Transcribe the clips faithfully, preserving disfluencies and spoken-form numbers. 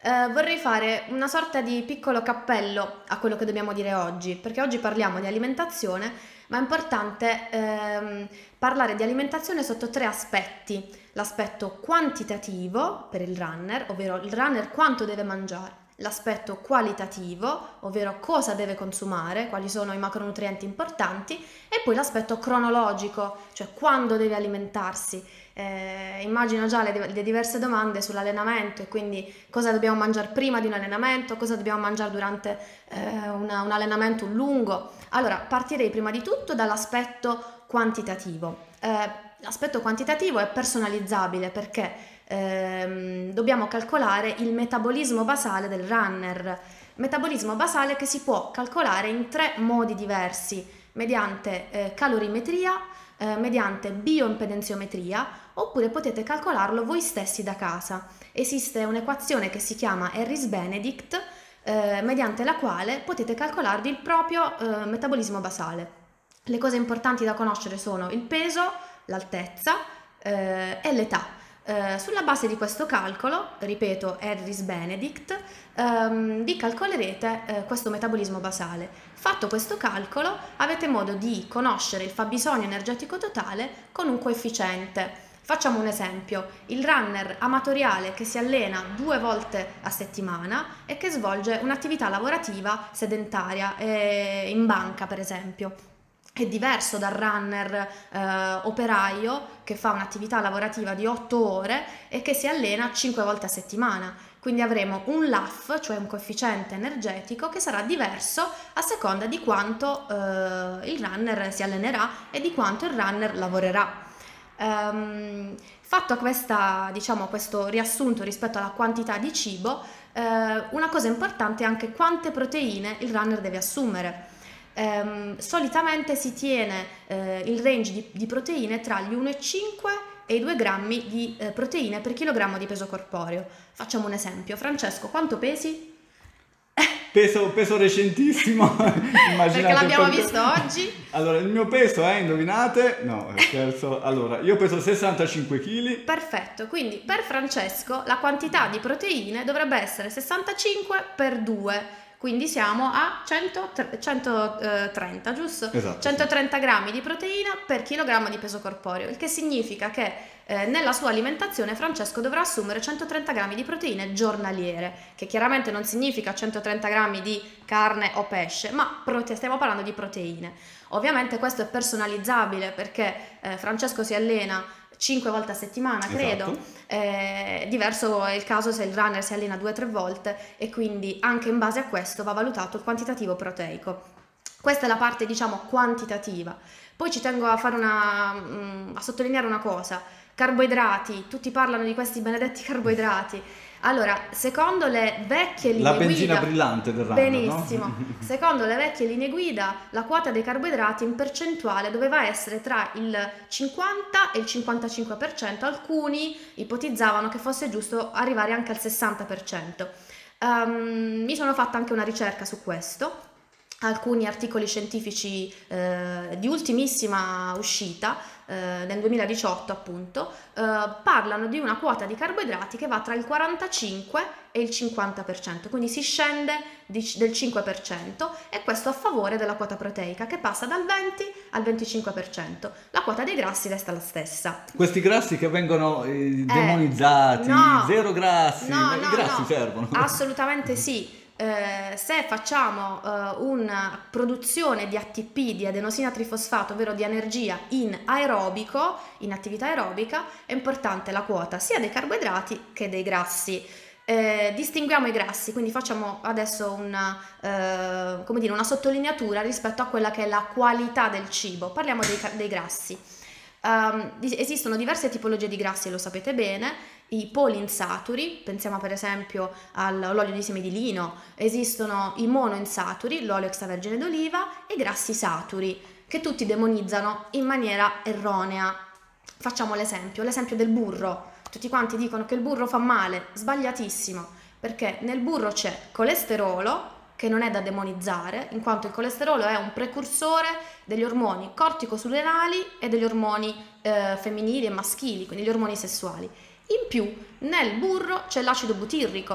Eh, vorrei fare una sorta di piccolo cappello a quello che dobbiamo dire oggi, perché oggi parliamo di alimentazione, ma è importante ehm, parlare di alimentazione sotto tre aspetti. L'aspetto quantitativo per il runner, ovvero il runner quanto deve mangiare. L'aspetto qualitativo, ovvero cosa deve consumare, quali sono i macronutrienti importanti, e poi l'aspetto cronologico, cioè quando deve alimentarsi. Eh, immagino già le, le diverse domande sull'allenamento e quindi cosa dobbiamo mangiare prima di un allenamento, cosa dobbiamo mangiare durante eh, una- un allenamento lungo. Allora, partirei prima di tutto dall'aspetto quantitativo. Eh, l'aspetto quantitativo è personalizzabile perché ehm, dobbiamo calcolare il metabolismo basale del runner. Metabolismo basale che si può calcolare in tre modi diversi, mediante eh, calorimetria, eh, mediante bioimpedenziometria, oppure potete calcolarlo voi stessi da casa. Esiste un'equazione che si chiama Harris-Benedict, eh, mediante la quale potete calcolarvi il proprio eh, metabolismo basale. Le cose importanti da conoscere sono il peso, l'altezza eh, e l'età. Eh, sulla base di questo calcolo, ripeto, Harris-Benedict, ehm, vi calcolerete eh, questo metabolismo basale. Fatto questo calcolo, avete modo di conoscere il fabbisogno energetico totale con un coefficiente. Facciamo un esempio: il runner amatoriale che si allena due volte a settimana e che svolge un'attività lavorativa sedentaria, eh, in banca per esempio. È diverso dal runner eh, operaio che fa un'attività lavorativa di otto ore e che si allena cinque volte a settimana. Quindi avremo un L A F, cioè un coefficiente energetico, che sarà diverso a seconda di quanto eh, il runner si allenerà e di quanto il runner lavorerà. Um, fatto questa, diciamo, questo riassunto rispetto alla quantità di cibo, eh, una cosa importante è anche quante proteine il runner deve assumere. Um, solitamente si tiene eh, il range di, di proteine tra gli uno virgola cinque e i due grammi di eh, proteine per chilogrammo di peso corporeo. Facciamo un esempio. Francesco, quanto pesi? Peso, peso recentissimo, immaginate Perché l'abbiamo quanto- visto oggi. Allora, il mio peso è, indovinate? No, scherzo. Allora, io peso sessantacinque chili. Perfetto, quindi per Francesco la quantità di proteine dovrebbe essere sessantacinque per due, quindi siamo a cento, centotrenta, giusto? Esatto, sì. centotrenta grammi di proteina per chilogrammo di peso corporeo, il che significa che eh, nella sua alimentazione Francesco dovrà assumere centotrenta grammi di proteine giornaliere, che chiaramente non significa centotrenta grammi di carne o pesce, ma prote- stiamo parlando di proteine. Ovviamente questo è personalizzabile perché eh, Francesco si allena cinque volte a settimana, credo. Esatto. Eh, diverso è il caso se il runner si allena due o tre volte e quindi anche in base a questo va valutato il quantitativo proteico. Questa è la parte, diciamo, quantitativa. Poi ci tengo a fare una, mm, a sottolineare una cosa: carboidrati, tutti parlano di questi benedetti carboidrati. Allora, secondo le vecchie linee La benzina guida, brillante del runner, benissimo, no? secondo le vecchie linee guida, la quota dei carboidrati in percentuale doveva essere tra il cinquanta e il cinquantacinque per cento, alcuni ipotizzavano che fosse giusto arrivare anche al sessanta per cento. Um, mi sono fatta anche una ricerca su questo. Alcuni articoli scientifici eh, di ultimissima uscita, eh, nel duemiladiciotto appunto, eh, parlano di una quota di carboidrati che va tra il quarantacinque e il cinquanta per cento, quindi si scende di, del cinque per cento, e questo a favore della quota proteica che passa dal venti al venticinque per cento. La quota dei grassi resta la stessa. Questi grassi che vengono eh, Eh, demonizzati, no, zero grassi, no, ma no, i grassi no, servono. assolutamente sì. Eh, se facciamo eh, una produzione di A T P, di adenosina trifosfato, ovvero di energia in aerobico, in attività aerobica, è importante la quota sia dei carboidrati che dei grassi. Eh, distinguiamo i grassi, quindi facciamo adesso una, eh, come dire, una sottolineatura rispetto a quella che è la qualità del cibo. Parliamo dei, dei grassi. Um, esistono diverse tipologie di grassi, lo sapete bene: i poliinsaturi, pensiamo per esempio all'olio di semi di lino, esistono i monoinsaturi, l'olio extravergine d'oliva, e i grassi saturi, che tutti demonizzano in maniera erronea. Facciamo l'esempio, l'esempio del burro. Tutti quanti dicono che il burro fa male, sbagliatissimo, perché nel burro c'è colesterolo, che non è da demonizzare, in quanto il colesterolo è un precursore degli ormoni corticosurrenali e degli ormoni eh, femminili e maschili, quindi gli ormoni sessuali. In più, nel burro c'è l'acido butirrico,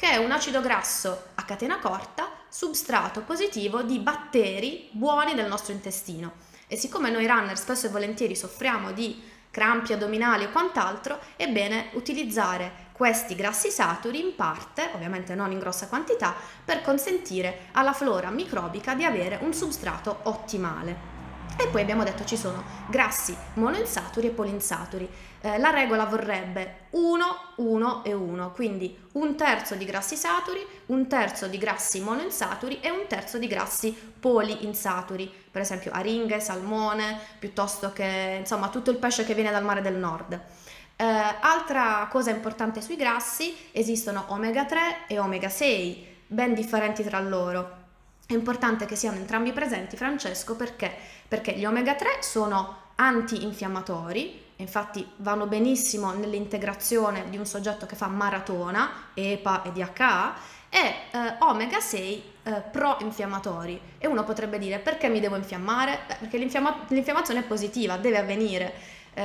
che è un acido grasso a catena corta, substrato positivo di batteri buoni del nostro intestino. E siccome noi runner spesso e volentieri soffriamo di crampi addominali o quant'altro, è bene utilizzare questi grassi saturi in parte, ovviamente non in grossa quantità, per consentire alla flora microbica di avere un substrato ottimale. E poi abbiamo detto ci sono grassi monoinsaturi e polinsaturi. Eh, la regola vorrebbe uno, uno e uno, quindi un terzo di grassi saturi, un terzo di grassi monoinsaturi e un terzo di grassi poliinsaturi, per esempio aringhe, salmone, piuttosto che insomma tutto il pesce che viene dal mare del nord. Eh, altra cosa importante sui grassi, esistono omega tre e omega sei, ben differenti tra loro. È importante che siano entrambi presenti, Francesco, perché? Perché gli omega tre sono antinfiammatori, infatti vanno benissimo nell'integrazione di un soggetto che fa maratona, E P A e D H A, e eh, omega sei eh, pro-infiammatori. E uno potrebbe dire: perché mi devo infiammare? Beh, perché l'infiamma- l'infiammazione è positiva, deve avvenire,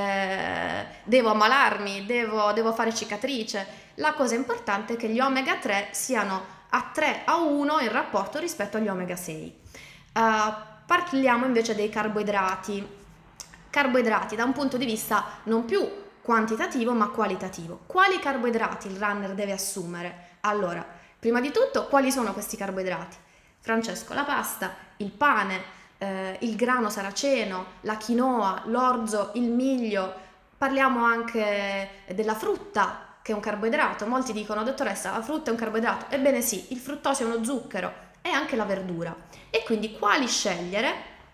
eh, devo ammalarmi, devo, devo fare cicatrice. La cosa importante è che gli omega tre siano a tre a uno in rapporto rispetto agli omega sei. Uh, parliamo invece dei carboidrati. Carboidrati da un punto di vista non più quantitativo ma qualitativo. Quali carboidrati il runner deve assumere? Allora, prima di tutto, quali sono questi carboidrati? Francesco, la pasta, il pane, eh, il grano saraceno, la quinoa, l'orzo, il miglio. Parliamo anche della frutta, che è un carboidrato. Molti dicono: dottoressa, la frutta è un carboidrato. Ebbene sì, il fruttosio è uno zucchero e anche la verdura. E quindi quali scegliere?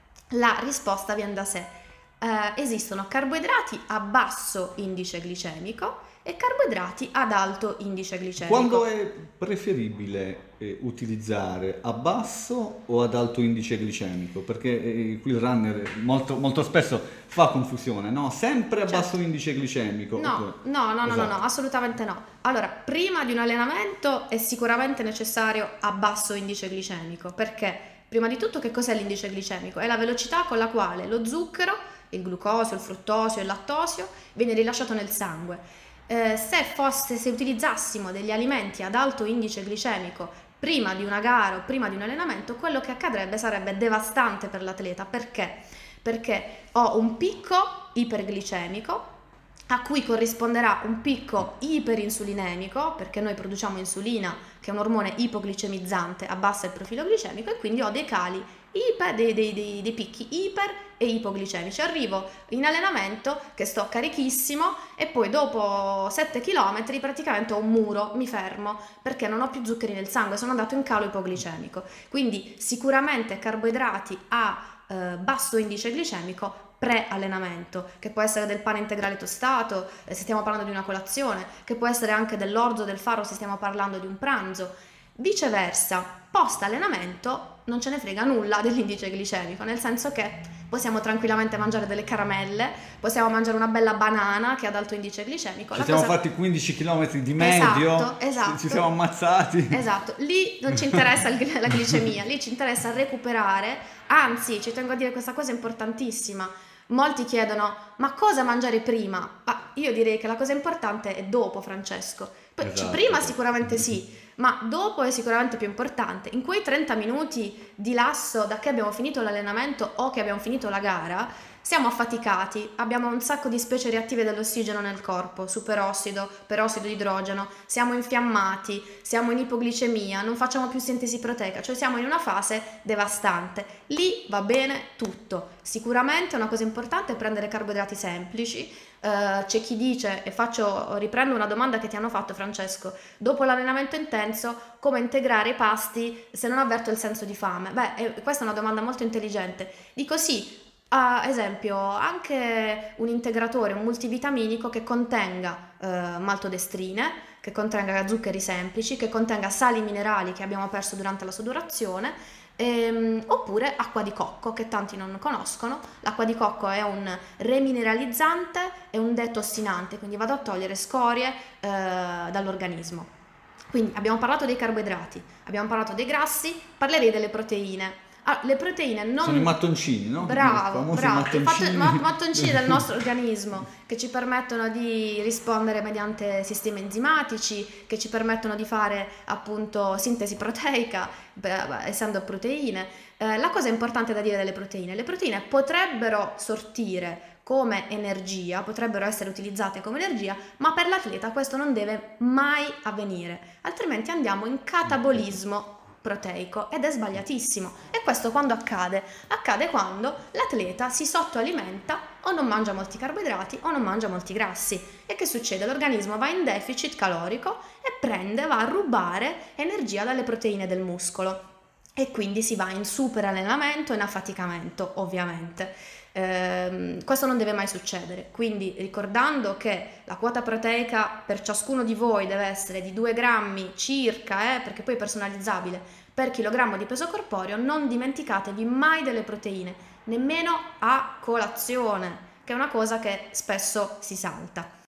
La risposta viene da sé. Eh, esistono carboidrati a basso indice glicemico e carboidrati ad alto indice glicemico. Quando è preferibile eh, utilizzare a basso o ad alto indice glicemico? Perché eh, qui il runner molto, molto spesso fa confusione, no? Sempre a Certo. basso indice glicemico. No, no, no, no, no, Esatto. no, assolutamente no. Allora, prima di un allenamento è sicuramente necessario a basso indice glicemico, perché prima di tutto che cos'è l'indice glicemico? È la velocità con la quale lo zucchero, il glucosio, il fruttosio, il lattosio viene rilasciato nel sangue. Eh, se fosse, se utilizzassimo degli alimenti ad alto indice glicemico prima di una gara o prima di un allenamento, quello che accadrebbe sarebbe devastante per l'atleta. Perché? Perché ho un picco iperglicemico a cui corrisponderà un picco iperinsulinemico, perché noi produciamo insulina, che è un ormone ipoglicemizzante, abbassa il profilo glicemico, e quindi ho dei cali iper, dei, dei, dei, dei picchi iper e ipoglicemici. Arrivo in allenamento che sto carichissimo e poi dopo sette chilometri praticamente ho un muro, mi fermo perché non ho più zuccheri nel sangue, sono andato in calo ipoglicemico. Quindi sicuramente carboidrati a eh, basso indice glicemico pre-allenamento, che può essere del pane integrale tostato eh, se stiamo parlando di una colazione, che può essere anche dell'orzo, del farro se stiamo parlando di un pranzo. Viceversa, post allenamento non ce ne frega nulla dell'indice glicemico, nel senso che possiamo tranquillamente mangiare delle caramelle, possiamo mangiare una bella banana che ha ad alto indice glicemico. Ci La siamo cosa... fatti quindici chilometri di medio, esatto, esatto. Ci siamo ammazzati. Esatto, lì non ci interessa il, la glicemia, lì ci interessa recuperare, anzi ci tengo a dire questa cosa importantissima. Molti chiedono: ma cosa mangiare prima? Ma io direi che la cosa importante è dopo, Francesco. Poi Esatto, prima esatto. sicuramente sì, ma dopo è sicuramente più importante. In quei trenta minuti di lasso da che abbiamo finito l'allenamento o che abbiamo finito la gara, siamo affaticati, abbiamo un sacco di specie reattive dell'ossigeno nel corpo, superossido, perossido di idrogeno, siamo infiammati, siamo in ipoglicemia, non facciamo più sintesi proteica, cioè siamo in una fase devastante. Lì va bene tutto. Sicuramente una cosa importante è prendere carboidrati semplici. Uh, c'è chi dice, e faccio, riprendo una domanda che ti hanno fatto, Francesco: dopo l'allenamento intenso come integrare i pasti se non avverto il senso di fame? Beh, eh, questa è una domanda molto intelligente. Dico sì, ad esempio anche un integratore, un multivitaminico che contenga uh, maltodestrine, che contenga zuccheri semplici, che contenga sali minerali che abbiamo perso durante la sudorazione. Ehm, oppure acqua di cocco, che tanti non conoscono. L'acqua di cocco è un remineralizzante e un detossinante, quindi vado a togliere scorie eh, dall'organismo. Quindi abbiamo parlato dei carboidrati, abbiamo parlato dei grassi, parlerei delle proteine. Ah, le proteine non... Sono i mattoncini, no? I Bravo, famosi bravo, i fatto- mattoncini. ma- mattoncini del nostro organismo che ci permettono di rispondere mediante sistemi enzimatici, che ci permettono di fare appunto sintesi proteica, beh, beh, essendo proteine. Eh, la cosa importante da dire delle proteine, le proteine potrebbero sortire come energia, potrebbero essere utilizzate come energia, ma per l'atleta questo non deve mai avvenire, altrimenti andiamo in catabolismo proteico ed è sbagliatissimo. E questo quando accade? Accade quando l'atleta si sottoalimenta o non mangia molti carboidrati o non mangia molti grassi. E che succede? L'organismo va in deficit calorico e prende, va a rubare energia dalle proteine del muscolo. E quindi si va in superallenamento, in affaticamento, ovviamente. Ehm, questo non deve mai succedere, quindi ricordando che la quota proteica per ciascuno di voi deve essere di due grammi circa, eh, perché poi è personalizzabile, per chilogrammo di peso corporeo, non dimenticatevi mai delle proteine, nemmeno a colazione, che è una cosa che spesso si salta.